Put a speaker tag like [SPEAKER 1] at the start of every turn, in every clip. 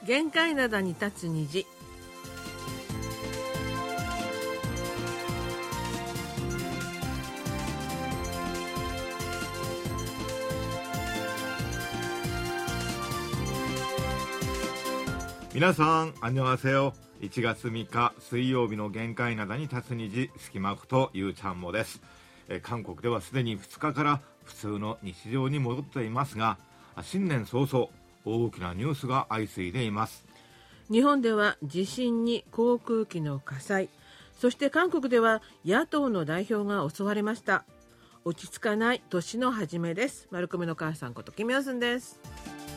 [SPEAKER 1] 限界灘に立つ虹。
[SPEAKER 2] 皆さん、안녕하세요。1月3日水曜日の限界灘に立つ虹、スキマクとゆうちゃんもです。韓国ではすでに2日から普通の日常に戻っていますが、新年早々大きなニュースが相次いでいます。
[SPEAKER 1] 日本では地震に航空機の火災、そして韓国では野党の代表が襲われました。落ち着かない年の初めです。マルコメの母さんことキム・ヨスンです。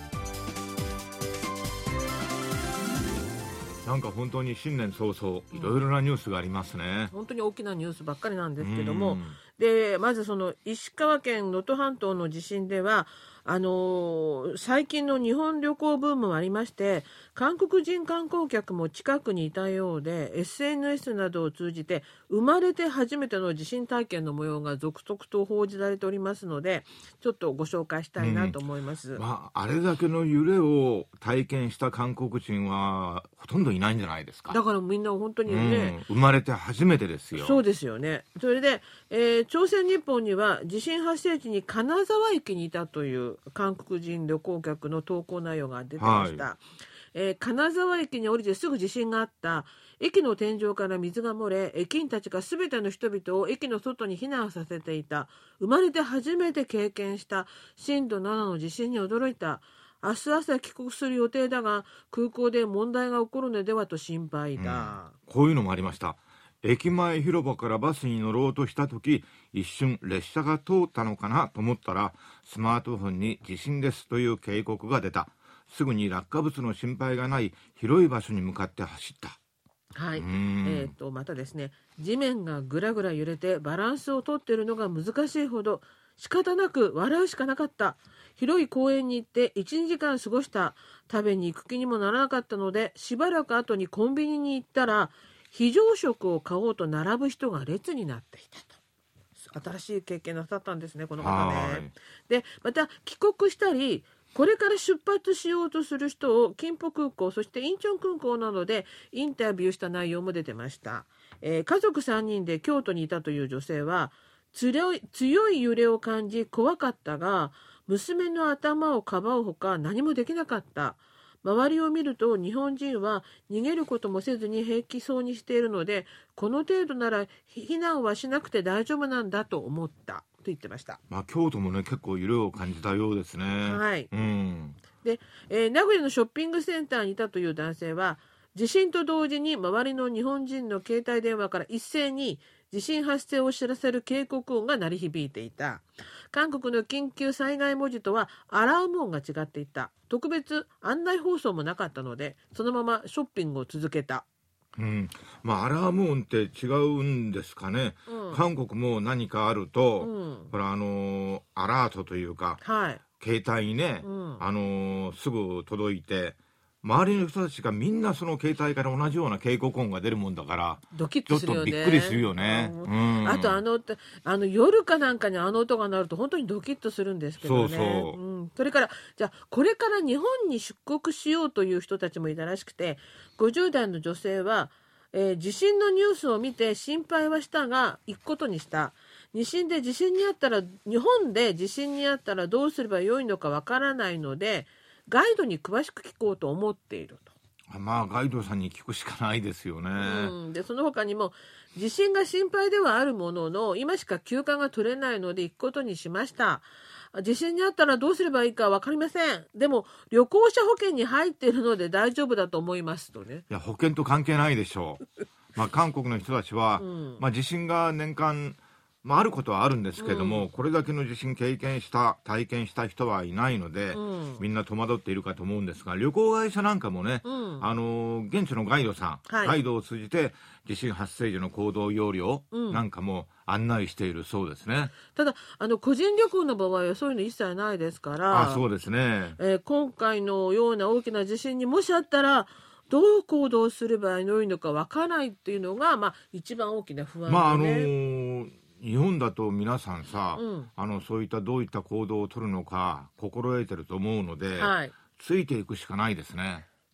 [SPEAKER 2] なんか本当に新年早々いろいろなニュースがありますね。
[SPEAKER 1] 本当に大きなニュースばっかりなんですけども、でまずその石川県能登半島の地震では最近の日本旅行ブームもありまして、韓国人観光客も近くにいたようで SNS などを通じて生まれて初めての地震体験の模様が続々と報じられておりますので、ちょっとご紹介したいなと思います。
[SPEAKER 2] あれだけの揺れを体験した韓国人はほとんどいないんじゃないですか。
[SPEAKER 1] だからみんな本当にね、
[SPEAKER 2] 生まれて初めてですよ。
[SPEAKER 1] そうですよね。それで、朝鮮日報には地震発生地に金沢駅にいたという韓国人旅行客の投稿内容が出てました。金沢駅に降りてすぐ地震があった。駅の天井から水が漏れ、駅員たちが全ての人々を駅の外に避難させていた。生まれて初めて経験した震度7の地震に驚いた。明日朝帰国する予定だが、空港で問題が起こるのではと心配だ。
[SPEAKER 2] こういうのもありました。駅前広場からバスに乗ろうとしたとき、一瞬列車が通ったのかなと思ったら、スマートフォンに地震ですという警告が出た。すぐに落下物の心配がない広い場所に向かって走った。
[SPEAKER 1] はい。またですね、地面がぐらぐら揺れてバランスをとっているのが難しいほど、仕方なく笑うしかなかった。広い公園に行って1、2時間過ごした。食べに行く気にもならなかったので、しばらく後にコンビニに行ったら、非常食を買おうと並ぶ人が列になっていたと。新しい経験なさったんですね、この方ね。で、また帰国したり、これから出発しようとする人を金浦空港、そしてインチョン空港などでインタビューした内容も出てました。家族3人で京都にいたという女性は、強い揺れを感じ怖かったが、娘の頭をかばうほか何もできなかった。周りを見ると日本人は逃げることもせずに平気そうにしているので、この程度なら避難はしなくて大丈夫なんだと思ったと言ってました。
[SPEAKER 2] 京都もね、結構揺れを感じたようですね。
[SPEAKER 1] はい。で、名古屋のショッピングセンターにいたという男性は、地震と同時に周りの日本人の携帯電話から一斉に地震発生を知らせる警告音が鳴り響いていた。韓国の緊急災害文字とはアラーム音が違っていた。特別案内放送もなかったので、そのままショッピングを続けた。
[SPEAKER 2] アラーム音って違うんですかね。韓国も何かあると、アラートというか、携帯にね、すぐ届いて、周りの人たちがみんなその携帯から同じような警告音が出るもんだから
[SPEAKER 1] ドキッとするよね。
[SPEAKER 2] ちょっとびっくりするよね。
[SPEAKER 1] あと夜かなんかに音が鳴ると本当にドキッとするんですけどね。それからじゃあこれから日本に出国しようという人たちもいたらしくて、50代の女性は、地震のニュースを見て心配はしたが行くことにした。日本で地震にあったらどうすればよいのかわからないので、ガイドに詳しく聞こうと思っていると。
[SPEAKER 2] ガイドさんに聞くしかないですよね。
[SPEAKER 1] でその他にも、地震が心配ではあるものの今しか休暇が取れないので行くことにしました。地震にあったらどうすればいいか分かりません。でも旅行者保険に入っているので大丈夫だと思いますとね。
[SPEAKER 2] いや、保険と関係ないでしょう。韓国の人たちは、地震が年間あることはあるんですけども、これだけの地震体験した人はいないので、みんな戸惑っているかと思うんですが、旅行会社なんかもね、現地のガイドさん、ガイドを通じて地震発生時の行動要領なんかも案内しているそうですね。
[SPEAKER 1] ただ個人旅行の場合はそういうの一切ないですから。
[SPEAKER 2] そうですね。
[SPEAKER 1] 今回のような大きな地震にもしあったらどう行動すればよいのかわからないっていうのが、一番大きな不安だね。
[SPEAKER 2] 日本だと皆さんさ、そういったどういった行動を取るのか心得てると思うので、ついていくしかないですね。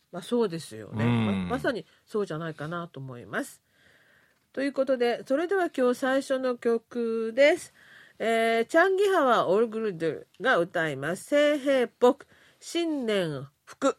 [SPEAKER 1] そうですよね、まさにそうじゃないかなと思います。ということで、それでは今日最初の曲です。チャンギハワ・オルグルドゥが歌います。聖平僕新年福。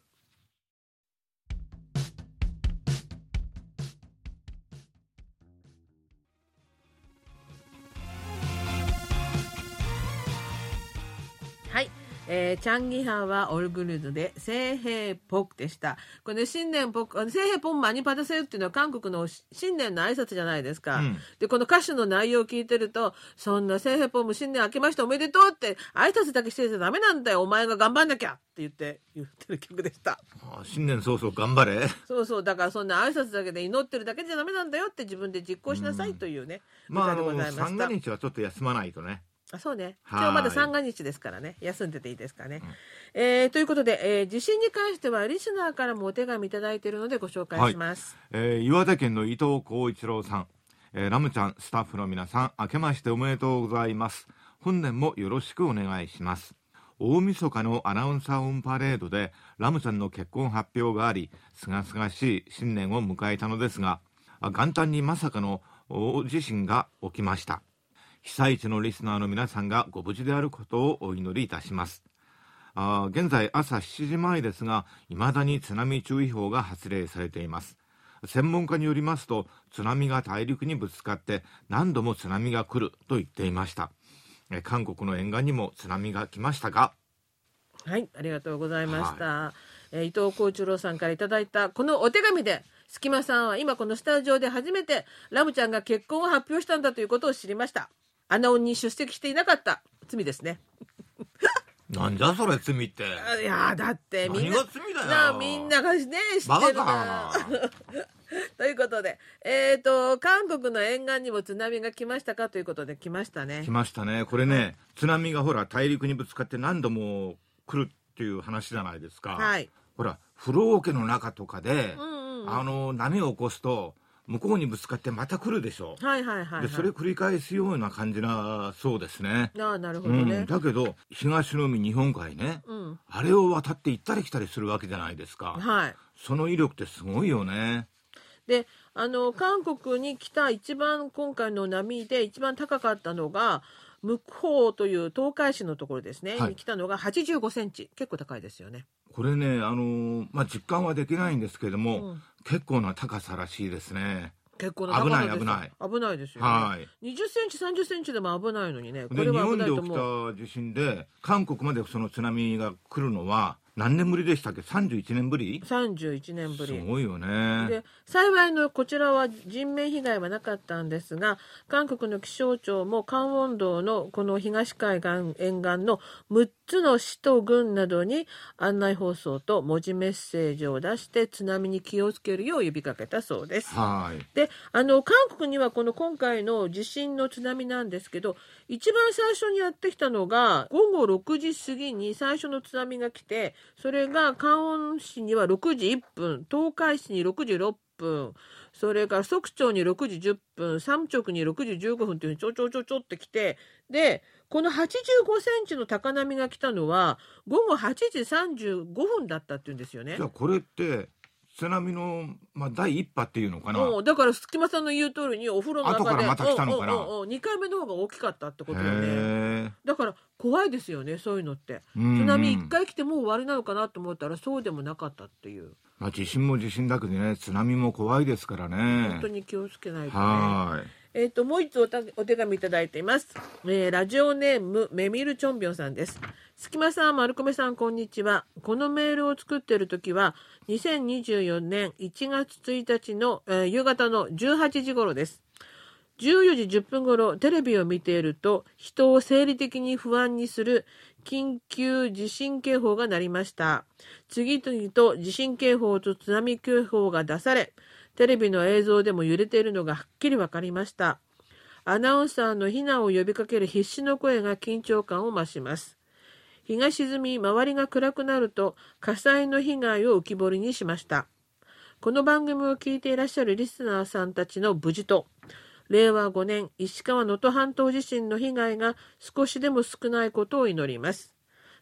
[SPEAKER 1] はい、チャンギハはオルグルドで聖平ポクでした。これね、新年ポク、聖平ポンマニパタセルっていうのは韓国の新年の挨拶じゃないですか。で、この歌詞の内容を聞いてると、そんな聖平ポンも新年明けましておめでとうって挨拶だけしてちゃダメなんだよ。お前が頑張んなきゃって言ってる曲でした。
[SPEAKER 2] 新年早々頑張れ。
[SPEAKER 1] そう、だからそんな挨拶だけで祈ってるだけじゃダメなんだよって自分で実行しなさいというね、歌でございました。
[SPEAKER 2] 三が日はちょっと休まないとね。
[SPEAKER 1] そうね。今日まだ三が日ですからね。休んでていいですかね。ということで、地震に関してはリスナーからもお手紙いただいているのでご紹介します。
[SPEAKER 2] 岩手県の伊藤浩一郎さん、ラムちゃんスタッフの皆さん、明けましておめでとうございます。本年もよろしくお願いします。大晦日のアナウンサーオンパレードでラムちゃんの結婚発表があり、すがすがしい新年を迎えたのですが、元旦にまさかの大地震が起きました。被災地のリスナーの皆さんがご無事であることをお祈りいたします。現在朝7時前ですが、未だに津波注意報が発令されています。専門家によりますと、津波が大陸にぶつかって何度も津波が来ると言っていました。韓国の沿岸にも津波が来ましたか？
[SPEAKER 1] はい、ありがとうございました。伊藤浩一郎さんからいただいたこのお手紙で、スキマさんは今このスタジオで初めてラムちゃんが結婚を発表したんだということを知りました。アナオンに出席していなかった罪ですね。
[SPEAKER 2] なんじゃそれ罪って。
[SPEAKER 1] いやだってみんな
[SPEAKER 2] 何が罪だよ。
[SPEAKER 1] みんながね知ってる
[SPEAKER 2] バカか
[SPEAKER 1] ということで、韓国の沿岸にも津波が来ましたかということで来ましたね。
[SPEAKER 2] 来ましたね。これね、津波がほら大陸にぶつかって何度も来るっていう話じゃないですか。
[SPEAKER 1] はい。
[SPEAKER 2] ほら風呂桶の中とかで、波を起こすと向こうにぶつかってまた来るでしょ。
[SPEAKER 1] はい。
[SPEAKER 2] でそれ繰り返すような感じなそうですね。
[SPEAKER 1] なるほどね。
[SPEAKER 2] だけど東の海日本海ね、あれを渡って行ったり来たりするわけじゃないですか。
[SPEAKER 1] はい。
[SPEAKER 2] その威力ってすごいよね。
[SPEAKER 1] で、韓国に来た一番今回の波で一番高かったのがムクホウという東海市のところですね、に来たのが85センチ。結構高いですよね。
[SPEAKER 2] これね、実感はできないんですけども、結構な高さらしいですね。
[SPEAKER 1] 結構な高さです。
[SPEAKER 2] 危ない
[SPEAKER 1] ですよね。
[SPEAKER 2] はい。
[SPEAKER 1] 20センチ30センチでも危ないのにね。これ
[SPEAKER 2] で
[SPEAKER 1] は危ないと思う。
[SPEAKER 2] 日本で起きた地震で韓国までその津波が来るのは何年ぶりでしたっけ？31年ぶり
[SPEAKER 1] ？31年ぶり。
[SPEAKER 2] すごいよね。
[SPEAKER 1] で、幸いのこちらは人命被害はなかったんですが、韓国の気象庁もカンウォン道のこの東海岸沿岸の6つの市と郡などに案内放送と文字メッセージを出して津波に気をつけるよう呼びかけたそうです。
[SPEAKER 2] はい。
[SPEAKER 1] で、韓国にはこの今回の地震の津波なんですけど、一番最初にやってきたのが午後6時過ぎに最初の津波が来て、それがカンウォン市には6時1分、東海市に6時6分、それからソクチョウに6時10分、サムチョクに6時15分というふうにちょってきて、で、この85センチの高波が来たのは午後8時35分だったっていうんですよね。
[SPEAKER 2] じゃあこれって津波の、第一波っていうのかな。
[SPEAKER 1] だから隙間さんの言う通りにお風呂の中で
[SPEAKER 2] 後からまた来たのかな。
[SPEAKER 1] 2回目の方が大きかったってことよね。だから怖いですよね、そういうのって。津波1回来てもう終わりなのかなと思ったらそうでもなかったっていう。
[SPEAKER 2] 地震も地震だけどね、津波も怖いですからね。
[SPEAKER 1] 本当に気をつけないとね。もう一つお手紙いただいています。ラジオネームメミルチョンビョンさんです。すきまさん、丸米さん、こんにちは。このメールを作っているときは2024年1月1日の、夕方の18時頃です。14時10分頃テレビを見ていると人を生理的に不安にする緊急地震警報が鳴りました。次々と地震警報と津波警報が出され、テレビの映像でも揺れているのがはっきりわかりました。アナウンサーの避難を呼びかける必死の声が緊張感を増します。日が沈み、周りが暗くなると火災の被害を浮き彫りにしました。この番組を聞いていらっしゃるリスナーさんたちの無事と、令和5年石川能登半島地震の被害が少しでも少ないことを祈ります。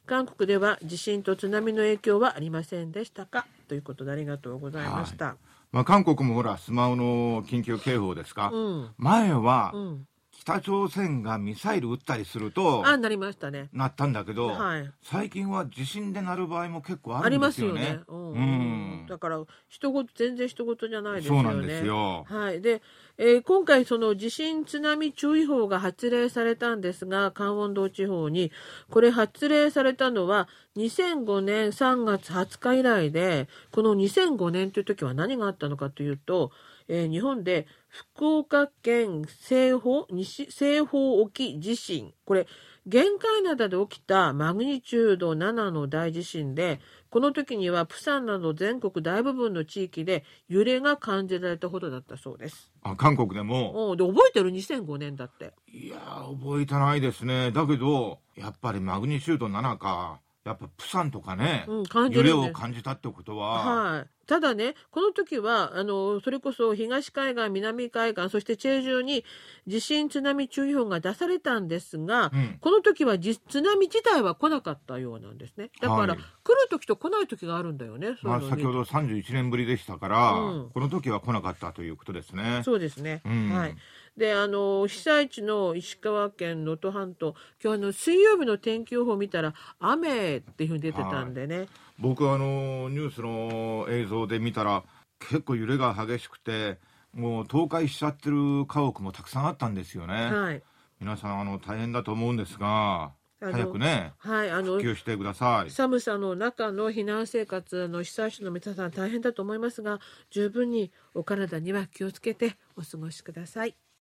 [SPEAKER 1] 韓国では地震と津波の影響はありませんでしたか、ということでありがとうございました。
[SPEAKER 2] 韓国もほらスマホの緊急警報ですか、前は、北朝鮮がミサイル撃ったりすると
[SPEAKER 1] なりましたね。
[SPEAKER 2] なったんだけど、最近は地震で鳴る場合も結構あるんですよね。ありますよね。
[SPEAKER 1] だから全然人事じゃないですよね。
[SPEAKER 2] そうなんですよ。
[SPEAKER 1] で、今回その地震津波注意報が発令されたんですが、カンウォン道地方にこれ発令されたのは2005年3月20日以来で、この2005年という時は何があったのかというと、日本で福岡県西方沖地震、これ玄界灘で起きたマグニチュード7の大地震で、この時にはプサンなど全国大部分の地域で揺れが感じられたほどだったそうです。
[SPEAKER 2] 韓国でも
[SPEAKER 1] で覚えてる2005年だって。
[SPEAKER 2] いや覚えてないですね。だけどやっぱりマグニチュード7か、やっぱプサンとかね、揺れを感じたってことは、
[SPEAKER 1] ただね、この時はそれこそ東海岸、南海岸、そしてチェジュに地震津波注意報が出されたんですが、この時は津波自体は来なかったようなんですね。だから、来る時と来ない時があるんだよね。
[SPEAKER 2] 先ほど31年ぶりでしたから、この時は来なかったということですね。
[SPEAKER 1] そうですね。で、被災地の石川県能登半島、今日水曜日の天気予報見たら雨っていうふうに出てたんでね。
[SPEAKER 2] 僕ニュースの映像で見たら結構揺れが激しくて、もう倒壊しちゃってる家屋もたくさんあったんですよね。皆さん大変だと思うんですが、早くね、復旧してください。
[SPEAKER 1] 寒さの中の避難生活の被災地の皆さん大変だと思いますが、十分にお体には気をつけてお過ごしください。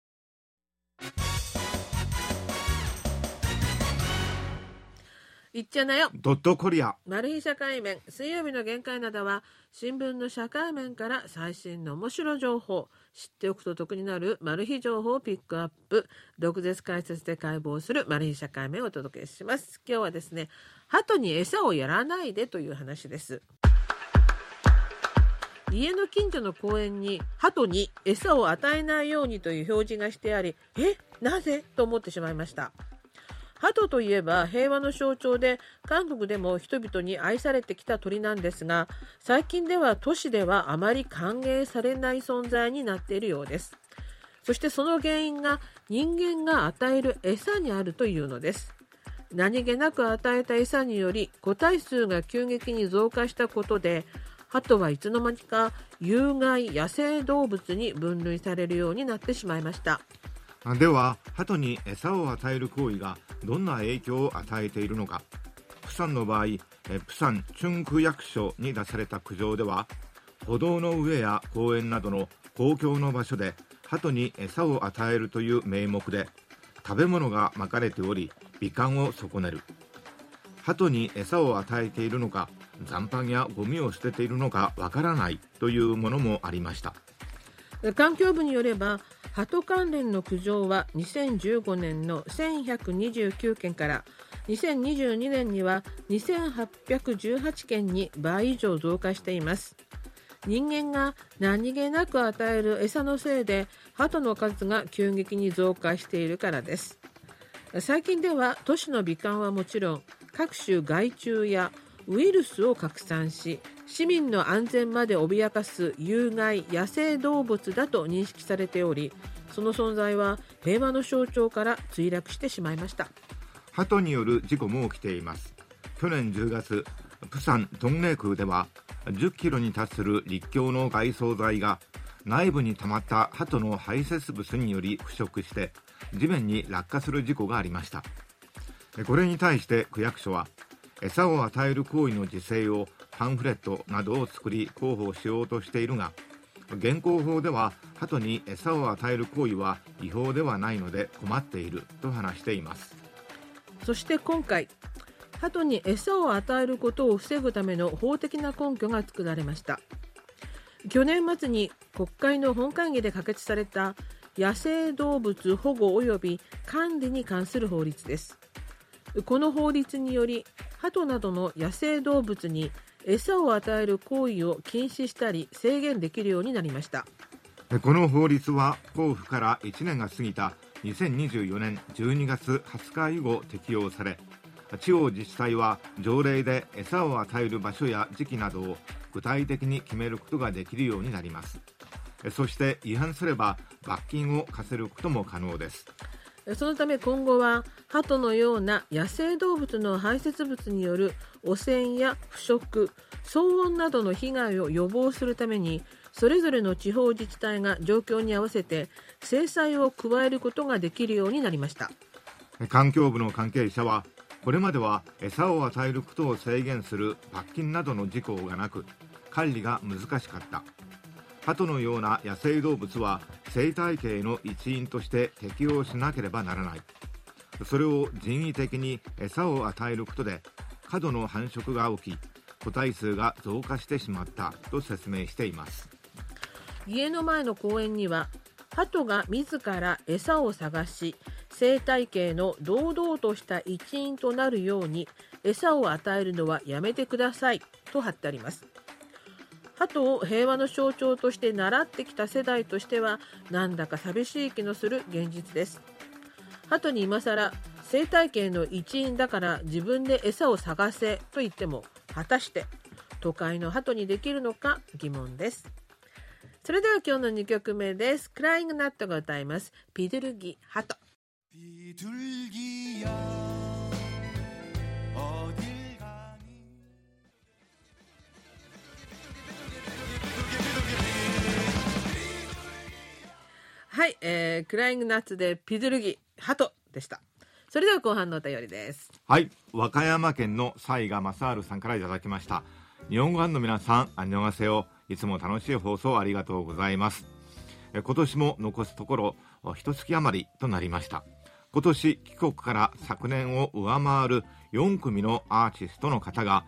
[SPEAKER 1] いっちゃなよ
[SPEAKER 2] ドットコリア
[SPEAKER 1] マル秘社会面、水曜日の限界などは新聞の社会面から最新の面白情報、知っておくと得になるマル秘情報をピックアップ、毒舌解説で解剖するマル秘社会面をお届けします。今日はですね、鳩に餌をやらないでという話です。家の近所の公園に鳩に餌を与えないようにという表示がしてあり、なぜと思ってしまいました。鳩といえば平和の象徴で、韓国でも人々に愛されてきた鳥なんですが、最近では都市ではあまり歓迎されない存在になっているようです。そしてその原因が人間が与える餌にあるというのです。何気なく与えた餌により個体数が急激に増加したことで、鳩はいつの間にか有害野生動物に分類されるようになってしまいました。
[SPEAKER 2] では鳩に餌を与える行為がどんな影響を与えているのか。プサンの場合、プサン春区役所に出された苦情では、歩道の上や公園などの公共の場所で鳩に餌を与えるという名目で食べ物がまかれており、美観を損ねる。鳩に餌を与えているのか、残飯やゴミを捨てているのかわからないというものもありました。
[SPEAKER 1] 環境部によれば、鳩関連の苦情は2015年の1129件から2022年には2818件に倍以上増加しています。人間が何気なく与える餌のせいで鳩の数が急激に増加しているからです。最近では都市の美観はもちろん、各種害虫やウイルスを拡散し、市民の安全まで脅かす有害野生動物だと認識されており、その存在は平和の象徴から墜落してしまいました。
[SPEAKER 2] 鳩による事故も起きています。去年10月、プサントンネ区では10キロに達する立教の外装材が内部に溜まった鳩の排泄物により腐食して地面に落下する事故がありました。これに対して区役所は、餌を与える行為の自制をパンフレットなどを作り広報しようとしているが、現行法では鳩に餌を与える行為は違法ではないので困っていると話しています。
[SPEAKER 1] そして今回、鳩に餌を与えることを防ぐための法的な根拠が作られました。去年末に国会の本会議で可決された野生動物保護及び管理に関する法律です。この法律により、鳩などの野生動物に餌を与える行為を禁止したり制限できるようになりました。
[SPEAKER 2] この法律は公布から1年が過ぎた2024年12月20日以後適用され、 地方自治体は条例で餌を与える場所や時期などを具体的に決めることができるようになります。そして違反すれば罰金を課せることも可能です。
[SPEAKER 1] そのため今後は鳩のような野生動物の排泄物による汚染や腐食、騒音などの被害を予防するために、それぞれの地方自治体が状況に合わせて制裁を加えることができるようになりました。
[SPEAKER 2] 環境部の関係者は、これまでは餌を与えることを制限する罰金などの事項がなく、管理が難しかった。鳩のような野生動物は生態系の一員として適応しなければならない。それを人為的に餌を与えることで過度の繁殖が起き、個体数が増加してしまったと説明しています。
[SPEAKER 1] 家の前の公園には鳩が自ら餌を探し、生態系の堂々とした一員となるように餌を与えるのはやめてくださいと貼ってあります。鳩を平和の象徴として習ってきた世代としては、なんだか寂しい気のする現実です。鳩に今更生態系の一員だから自分で餌を探せと言っても、果たして都会の鳩にできるのか疑問です。それでは今日の2曲目です。クライングナットが歌いますピドゥルギ鳩。はい、クライングナッツでピドゥルギハトでした。それでは後半のお便りです。
[SPEAKER 2] はい、和歌山県の雑賀正治さんからいただきました。日本語版の皆さん、あんにょがせよ。いつも楽しい放送ありがとうございます。今年も残すところ一月余りとなりました。今年帰国から昨年を上回る4組のアーティストの方が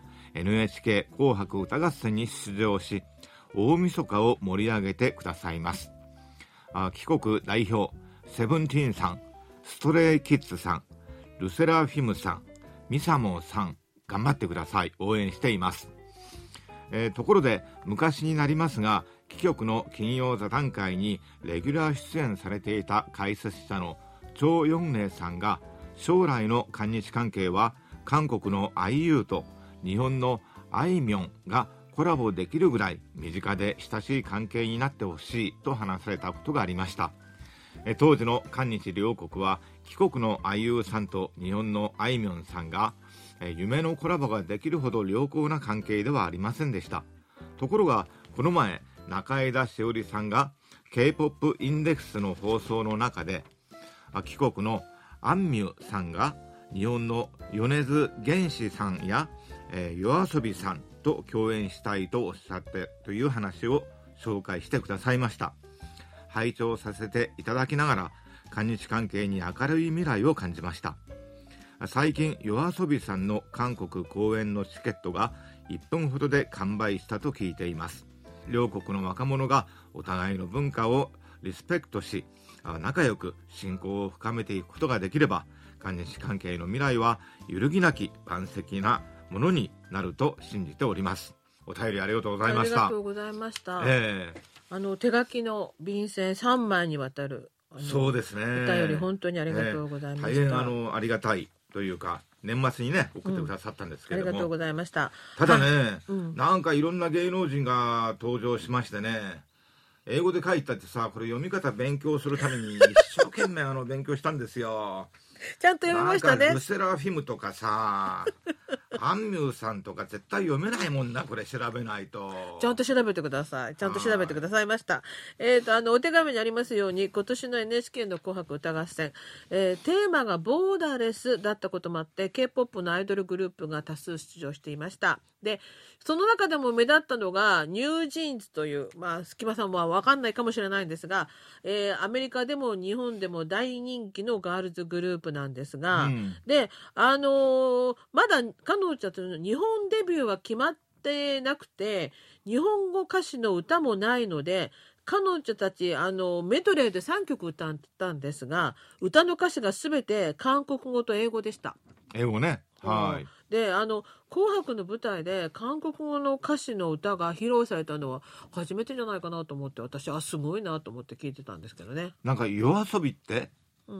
[SPEAKER 2] NHK 紅白歌合戦に出場し、大晦日を盛り上げてくださいます。帰国代表セブンティーンさん、ストレイキッズさん、ルセラフィムさん、ミサモさん、頑張ってください。応援しています。ところで昔になりますが、貴局の金曜座談会にレギュラー出演されていた解説者のチョ・ヨンネさんが、将来の韓日関係は韓国の IU と日本のあいみょんがコラボできるぐらい身近で親しい関係になってほしいと話されたことがありました。当時の韓日両国は帰国の IU さんと日本のあいみょんさんが夢のコラボができるほど良好な関係ではありませんでした。ところがこの前、中枝しおりさんが K-POP インデックスの放送の中で、帰国のアンミュさんが日本の米津玄師さんや、YOASOBI さんと共演したいとおっしゃってという話を紹介してくださいました。拝聴させていただきながら韓日関係に明るい未来を感じました。最近YOASOBIさんの韓国公演のチケットが1分ほどで完売したと聞いています。両国の若者がお互いの文化をリスペクトし、仲良く親交を深めていくことができれば、韓日関係の未来は揺るぎなき万石なものになると信じております。お便りありがとうございました。
[SPEAKER 1] ありがとうございました。手書きの便箋3枚にわたる
[SPEAKER 2] そうですね、
[SPEAKER 1] お便り本当にありがとうございました。
[SPEAKER 2] 大変ありがたいというか、年末にね送ってくださったんですけれども、
[SPEAKER 1] ありがとうございました。
[SPEAKER 2] ただね、なんかいろんな芸能人が登場しましてね、英語で書いたってさ、これ読み方勉強するために一生懸命勉強したんですよ。
[SPEAKER 1] ちゃんと読みましたね。
[SPEAKER 2] なんかルセラフィムとかさアンミューさんとか絶対読めないもんな、これ調べないと。
[SPEAKER 1] ちゃんと調べてください。ちゃんと調べてくださいました。お手紙にありますように、今年の NHK の紅白歌合戦、テーマがボーダーレスだったこともあって、K-POP のアイドルグループが多数出場していました。で、その中でも目立ったのがニュージーンズという、隙間さんは分かんないかもしれないんですが、アメリカでも日本でも大人気のガールズグループなんですが、で、まだ彼女たちの日本デビューは決まってなくて、日本語歌詞の歌もないので、彼女たちメドレーで3曲歌ったんですが、歌の歌詞が全て韓国語と英語でした。
[SPEAKER 2] 英語ね。はい。
[SPEAKER 1] で、紅白の舞台で韓国語の歌詞の歌が披露されたのは初めてじゃないかなと思って、私はすごいなと思って聞いてたんですけどね。
[SPEAKER 2] なんかYOASOBIって、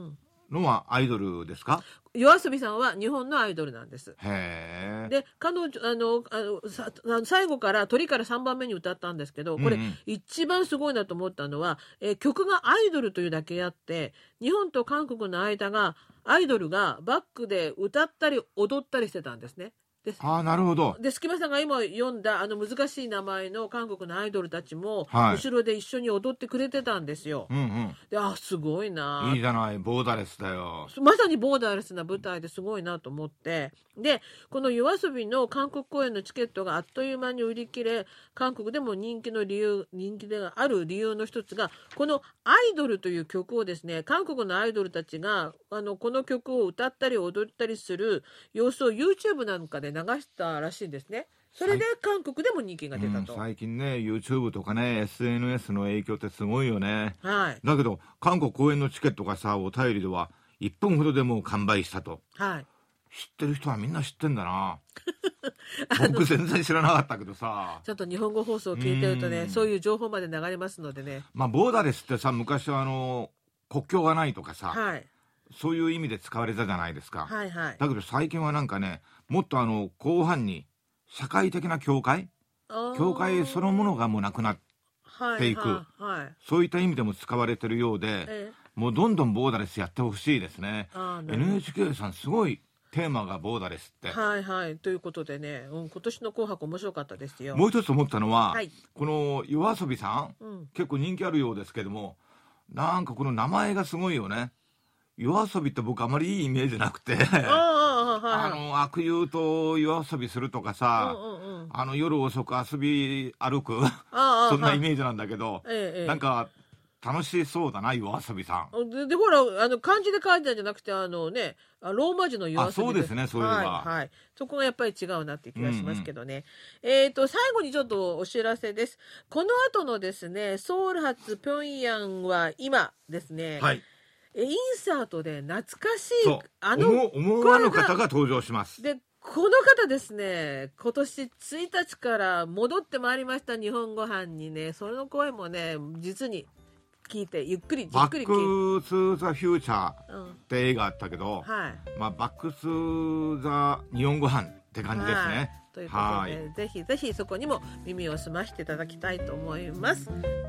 [SPEAKER 2] のはアイドルですか？
[SPEAKER 1] 夜遊びさんは日本のアイドルなんです。
[SPEAKER 2] へえ。
[SPEAKER 1] で彼女最後から鳥から3番目に歌ったんですけど、これ、一番すごいなと思ったのは、曲がアイドルというだけあって日本と韓国の間がアイドルがバックで歌ったり踊ったりしてたんですね。
[SPEAKER 2] なるほど。
[SPEAKER 1] で隙間さんが今読んだ難しい名前の韓国のアイドルたちも、後ろで一緒に踊ってくれてたんですよ。ですごいな。
[SPEAKER 2] いいじゃない、ボーダレスだよ。
[SPEAKER 1] まさにボーダレスな舞台ですごいなと思って、でこの夜遊びの韓国公演のチケットがあっという間に売り切れ、韓国でも人気である理由の一つがこのアイドルという曲をですね、韓国のアイドルたちがこの曲を歌ったり踊ったりする様子を YouTube なんかで流したらしいんですね。それで韓国でも人気が出たと。
[SPEAKER 2] 最近ね YouTube とかね SNS の影響ってすごいよね。
[SPEAKER 1] はい、
[SPEAKER 2] だけど韓国公演のチケットがさ、お便りでは1分ほどでもう完売したと。
[SPEAKER 1] はい、
[SPEAKER 2] 知ってる人はみんな知ってんだな。僕全然知らなかったけどさ。
[SPEAKER 1] ちょっと日本語放送を聞いてるとね、そういう情報まで流れますのでね。
[SPEAKER 2] ボーダレスってさ、昔は国境がないとかさ、そういう意味で使われたじゃないですか。だけど最近はなんかね、もっと後半に社会的な教会そのものがもうなくなっていく、そういった意味でも使われてるようで、もうどんどんボーダレスやってほしいですね。NHK さんすごいテーマがボーダレスって。
[SPEAKER 1] ということでね、今年の紅白面白かったですよ。
[SPEAKER 2] もう一つ思ったのは、この夜遊びさん、結構人気あるようですけども、なんかこの名前がすごいよね。夜遊びって僕あまりいいイメージなくて悪友と夜遊びするとかさ、夜遅く遊び歩くそんなイメージなんだけど、なんか楽しそうだな、夜遊びさ
[SPEAKER 1] ん。でほら漢字で書いてあるんじゃなくてローマ字の夜遊びで。
[SPEAKER 2] そうですね、そういうの
[SPEAKER 1] が、そこがやっぱり違うなって気がしますけどね。最後にちょっとお知らせです。この後のですね、ソウル発ピョンヤンは今ですね、インサートで懐かしい
[SPEAKER 2] 思わぬ方が登場します。
[SPEAKER 1] でこの方ですね、今年1日から戻ってまいりました、日本ご飯にね。その声もね実に聞いてゆっくりじっくり聞いて。
[SPEAKER 2] バックスーザフューチャーって映画あったけど、バックスーザ日本ご飯って感じですね。
[SPEAKER 1] ということで、ぜひぜひそこにも耳を澄ましていただきたいと思います。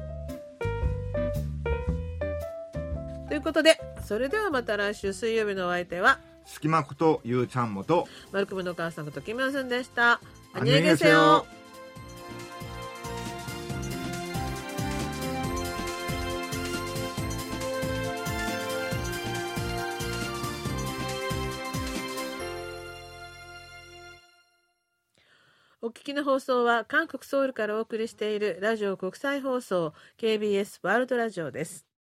[SPEAKER 1] ということで、それではまた来週水曜日のお相手は
[SPEAKER 2] 隙間ことゆうちゃんもと
[SPEAKER 1] マルコムのお母さんことキムヨンスンでした。アニエゲセヨ。お聞きの放送は韓国ソウルからお送りしているラジオ国際放送 KBS ワールドラジオです。